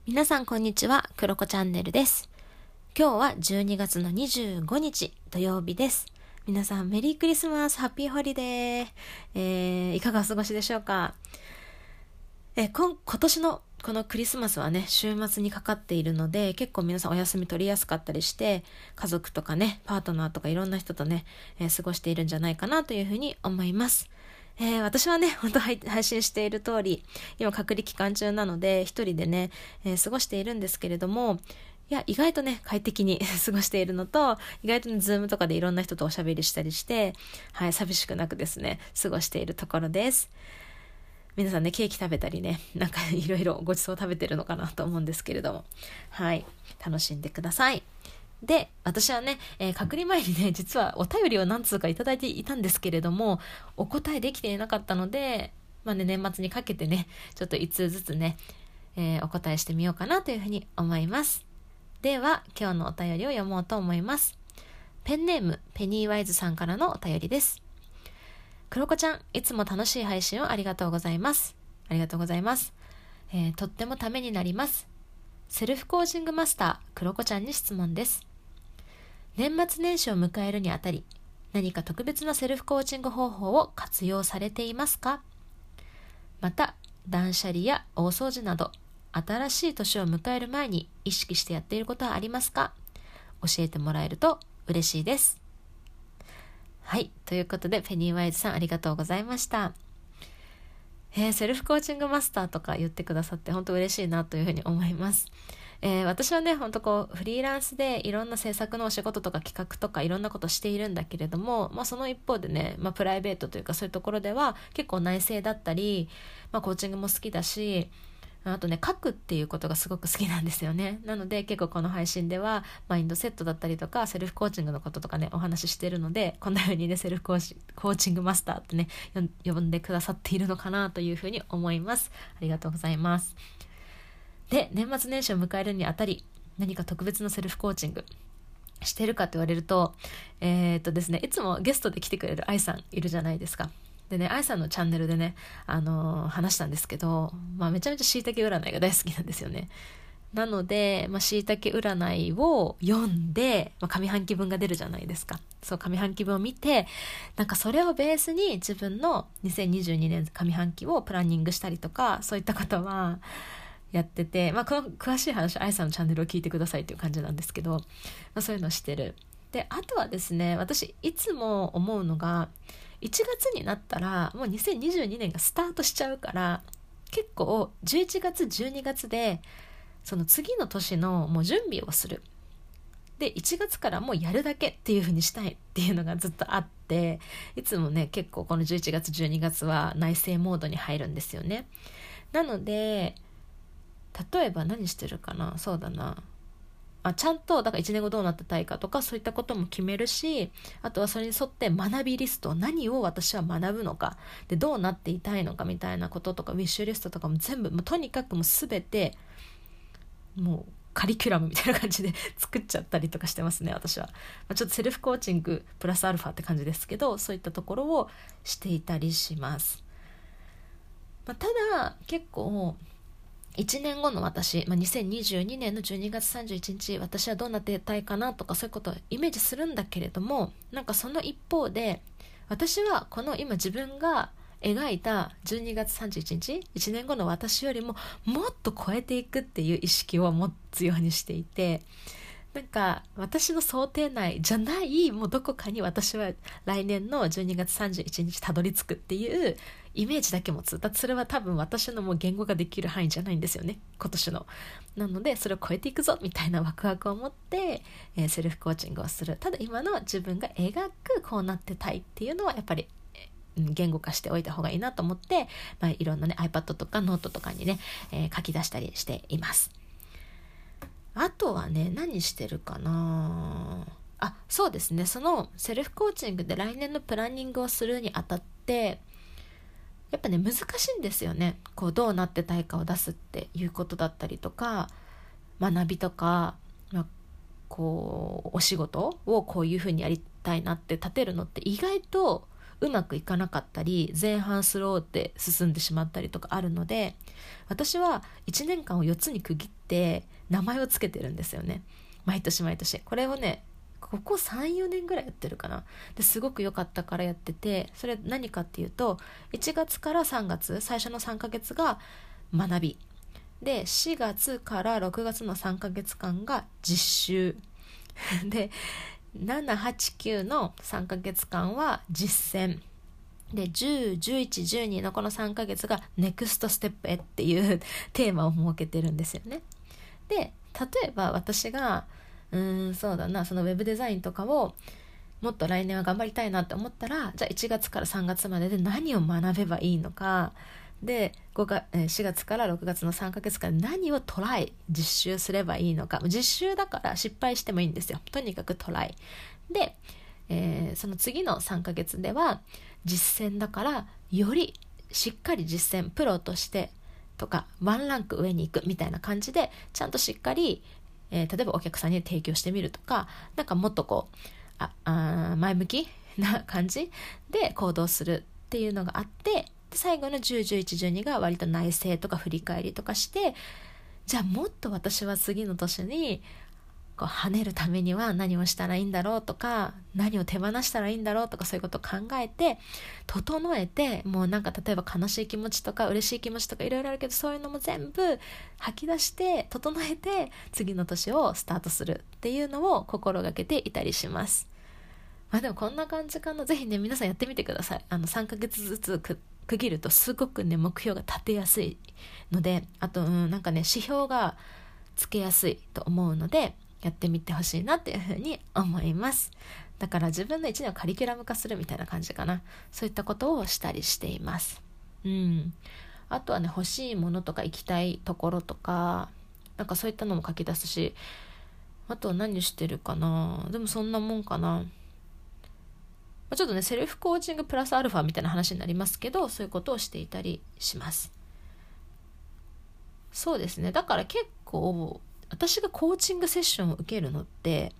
皆さんこんにちは、クロコチャンネルです。今日は12月の25日土曜日です。皆さんメリークリスマス、ハッピーホリデー、いかがお過ごしでしょうか。今年のこのクリスマスはね、週末にかかっているので、結構皆さんお休み取りやすかったりして、家族とかね、パートナーとかいろんな人とね、過ごしているんじゃないかなというふうに思います。私はね、本当配信している通り、今隔離期間中なので、一人でね、過ごしているんですけれども、いや、意外とね、快適に過ごしているのと、意外とね、ズームとかでいろんな人とおしゃべりしたりして、はい、寂しくなくですね、過ごしているところです。皆さんね、ケーキ食べたりね、なんかいろいろごちそう食べてるのかなと思うんですけれども、はい、楽しんでください。で、私はね、隔離前にね、実はお便りを何通かいただいていたんですけれども、お答えできていなかったので、まあね、年末にかけてね、ちょっと一通ずつね、お答えしてみようかなというふうに思います。では、今日のお便りを読もうと思います。ペンネーム、ペニーワイズさんからのお便りです。クロコちゃん、いつも楽しい配信をありがとうございます。ありがとうございます。とってもためになります。セルフコーチングマスター、クロコちゃんに質問です。年末年始を迎えるにあたり、何か特別なセルフコーチング方法を活用されていますか？また、断捨離や大掃除など、新しい年を迎える前に意識してやっていることはありますか？教えてもらえると嬉しいです。はい、ということでペニーワイズさんありがとうございました。セルフコーチングマスターとか言ってくださって本当嬉しいなというふうに思います。私はね、本当こうフリーランスでいろんな制作のお仕事とか企画とかいろんなことしているんだけれども、その一方でね、プライベートというかそういうところでは結構内省だったり、コーチングも好きだし、あとね、書くっていうことがすごく好きなんですよね。なので結構この配信ではマインドセットだったりとかセルフコーチングのこととかね、お話ししているので、こんな風にね、セルフコーチングマスターってね、呼んでくださっているのかなというふうに思います。ありがとうございます。で、年末年始を迎えるにあたり、何か特別なセルフコーチングしてるかって言われると、ですね、いつもゲストで来てくれる愛さんいるじゃないですか。でね、愛さんのチャンネルでね、話したんですけど、めちゃめちゃ椎茸占いが大好きなんですよね。なので、椎茸占いを読んで、上半期分が出るじゃないですか。そう、上半期分を見て、なんかそれをベースに自分の2022年上半期をプランニングしたりとか、そういったことはやってて、この詳しい話は愛さんのチャンネルを聞いてくださいっていう感じなんですけど、そういうのをしてる。で、あとはですね、私いつも思うのが、1月になったらもう2022年がスタートしちゃうから、結構11月12月でその次の年のもう準備をする。で、1月からもうやるだけっていう風にしたいっていうのがずっとあって、いつもね、結構この11月12月は内省モードに入るんですよね。なので、例えば何してるかな、そうだな、ちゃんとだから1年後どうなってたいかとかそういったことも決めるし、あとはそれに沿って学びリスト、何を私は学ぶのかで、どうなっていたいのかみたいなこととか、ウィッシュリストとかも全部、とにかくもう全てもうカリキュラムみたいな感じで作っちゃったりとかしてますね、私は。ちょっとセルフコーチングプラスアルファって感じですけど、そういったところをしていたりします。ただ結構1年後の私、2022年の12月31日、私はどうなっていたいかなとかそういうことをイメージするんだけれども、なんかその一方で、私はこの今自分が描いた12月31日、1年後の私よりももっと超えていくっていう意識を持つようにしていて、なんか私の想定内じゃないもうどこかに私は来年の12月31日たどり着くっていうイメージだけ持つ。だってそれは多分私のもう言語ができる範囲じゃないんですよね、今年の。なのでそれを超えていくぞみたいなワクワクを持って、セルフコーチングをする。ただ今の自分が描くこうなってたいっていうのはやっぱり言語化しておいた方がいいなと思って、いろんなね iPad とかノートとかにね、書き出したりしています。あとはね、何してるかな。そうですね、そのセルフコーチングで来年のプランニングをするにあたって、やっぱね難しいんですよね。こうどうなってたいかを出すっていうことだったりとか、学びとか、こうお仕事をこういうふうにやりたいなって立てるのって意外とうまくいかなかったり、前半スローって進んでしまったりとかあるので、私は1年間を4つに区切って名前をつけてるんですよね。毎年毎年。これをね、ここ3、4年ぐらいやってるかな。ですごく良かったからやってて、それ何かっていうと、1月から3月、最初の3ヶ月が学び。で、4月から6月の3ヶ月間が実習。で、7、8、9の3ヶ月間は実践。で、10、11、12のこの3ヶ月がネクストステップへっていうテーマを設けてるんですよね。で、例えば私がそうだな、そのウェブデザインとかをもっと来年は頑張りたいなって思ったら、じゃあ1月から3月までで何を学べばいいのか、で4月から6月の3ヶ月間何をトライ実習すればいいのか。実習だから失敗してもいいんですよ。とにかくトライで、その次の3ヶ月では実践だから、よりしっかり実践プロとしてとかワンランク上に行くみたいな感じで、ちゃんとしっかり、例えばお客さんに提供してみるとか、なんかもっとこう前向きな感じで行動するっていうのがあって、で最後の10、11、12が割と内省とか振り返りとかして、じゃあもっと私は次の年にこう跳ねるためには何をしたらいいんだろうとか、何を手放したらいいんだろうとか、そういうことを考えて整えて、もうなんか例えば悲しい気持ちとか嬉しい気持ちとかいろいろあるけど、そういうのも全部吐き出して整えて次の年をスタートするっていうのを心がけていたりします。でもこんな感じかな。ぜひね皆さんやってみてください。3ヶ月ずつ区切るとすごくね目標が立てやすいので、あとなんかね指標がつけやすいと思うので、やってみてほしいなっていうふうに思います。だから自分の1年をカリキュラム化するみたいな感じかな。そういったことをしたりしています。あとはね、欲しいものとか行きたいところとか、なんかそういったのも書き出すし、あとは何してるかな。でもそんなもんかな。ちょっとねセルフコーチングプラスアルファみたいな話になりますけど、そういうことをしていたりします。そうですね。だから結構私がコーチングセッションを受けるのって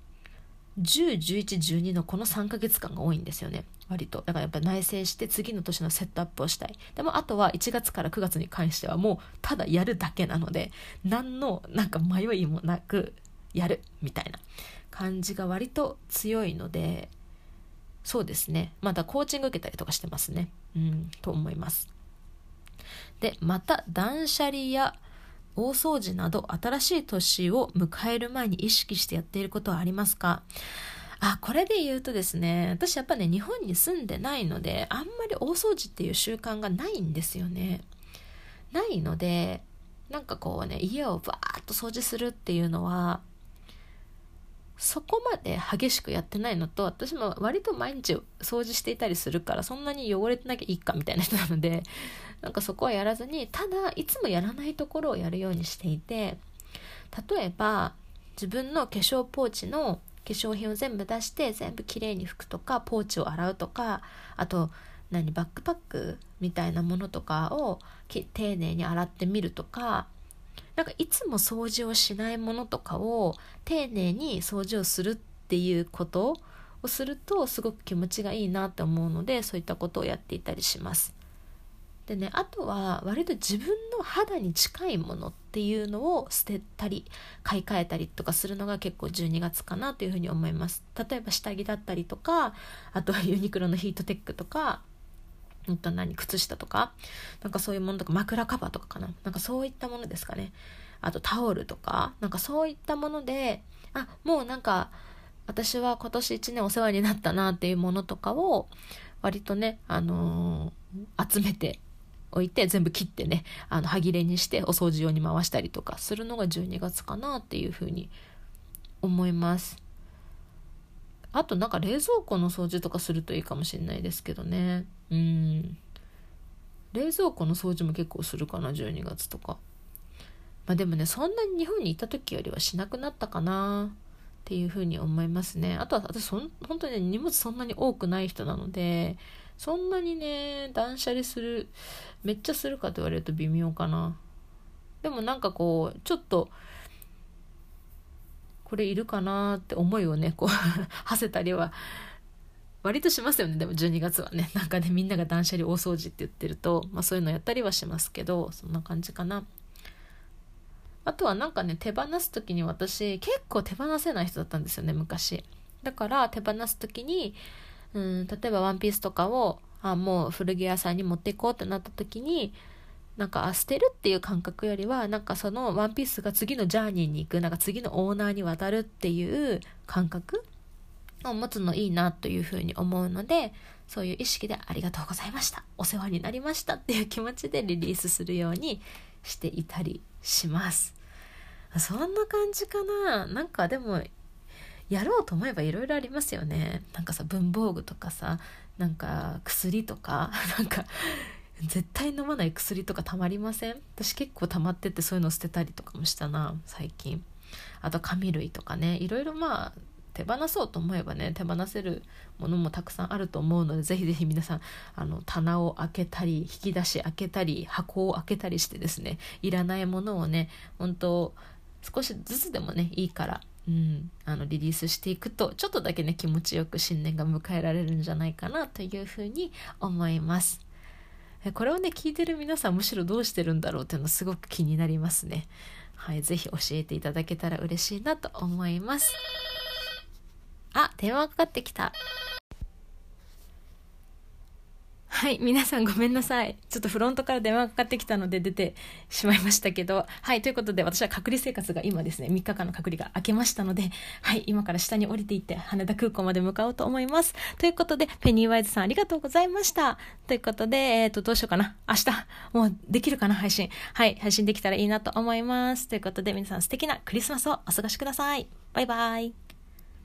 10、11、12のこの3ヶ月間が多いんですよね、割と。だからやっぱり内省して次の年のセットアップをしたい。でもあとは1月から9月に関してはもうただやるだけなので、何のなんか迷いもなくやるみたいな感じが割と強いので、そうですね、まだコーチング受けたりとかしてますね。と思います。で、また断捨離や大掃除など新しい年を迎える前に意識してやっていることはありますか？これで言うとですね、私やっぱね日本に住んでないので、あんまり大掃除っていう習慣がないんですよね。ないので、なんかこうね家をバーッと掃除するっていうのはそこまで激しくやってないのと、私も割と毎日掃除していたりするから、そんなに汚れてなきゃいいかみたいな人なので、なんかそこはやらずに、ただいつもやらないところをやるようにしていて、例えば自分の化粧ポーチの化粧品を全部出して全部きれいに拭くとか、ポーチを洗うとか、あとバックパックみたいなものとかを丁寧に洗ってみるとか、なんかいつも掃除をしないものとかを丁寧に掃除をするっていうことをするとすごく気持ちがいいなって思うので、そういったことをやっていたりします。でね、あとは割と自分の肌に近いものっていうのを捨てたり買い替えたりとかするのが結構12月かなというふうに思います。例えば下着だったりとか、あとはユニクロのヒートテックとか、靴下とか、なんかそういうものとか、枕カバーとかかな、なんかそういったものですかね。あとタオルとか、なんかそういったもので、もうなんか私は今年1年お世話になったなっていうものとかを割とね、集めておいて、全部切ってね、歯切れにしてお掃除用に回したりとかするのが12月かなっていうふうに思います。あとなんか冷蔵庫の掃除とかするといいかもしれないですけどね。冷蔵庫の掃除も結構するかな、12月とか。でもね、そんなに日本にいた時よりはしなくなったかなっていうふうに思いますね。あとは私本当に、ね、荷物そんなに多くない人なので、そんなにね断捨離めっちゃするかと言われると微妙かな。でもなんかこうちょっとこれいるかなって思いをねこう馳せたりは割としますよね。でも12月はね、なんかね、みんなが断捨離大掃除って言ってると、そういうのやったりはしますけど、そんな感じかな。あとはなんかね、手放す時に私結構手放せない人だったんですよね、昔。だから手放す時に例えばワンピースとかをもう古着屋さんに持っていこうってなった時に、なんか捨てるっていう感覚よりは、なんかそのワンピースが次のジャーニーに行く、なんか次のオーナーに渡るっていう感覚を持つのいいなというふうに思うので、そういう意識でありがとうございました、お世話になりましたっていう気持ちでリリースするようにしていたりします。そんな感じかな。なんかでもやろうと思えばいろいろありますよね。なんかさ、文房具とかさ、なんか薬とかなんか絶対飲まない薬とかたまりません？私結構たまってて、そういうの捨てたりとかもしたな、最近。あと紙類とかね、いろいろ手放そうと思えばね、手放せるものもたくさんあると思うので、ぜひぜひ皆さん棚を開けたり、引き出し開けたり、箱を開けたりしてですね、いらないものをね、本当少しずつでもねいいからリリースしていくと、ちょっとだけね気持ちよく新年が迎えられるんじゃないかなというふうに思います。これをね聞いてる皆さん、むしろどうしてるんだろうっていうのすごく気になりますね。はい、ぜひ教えていただけたら嬉しいなと思います。電話かかってきた。はい、皆さんごめんなさい。ちょっとフロントから電話がかかってきたので出てしまいましたけど、はい、ということで私は隔離生活が今ですね、3日間の隔離が明けましたので、はい、今から下に降りていって羽田空港まで向かおうと思います。ということで、ペニーワイズさんありがとうございました。ということで、どうしようかな。明日、もうできるかな、配信。はい、配信できたらいいなと思います。ということで、皆さん素敵なクリスマスをお過ごしください。バイバイ。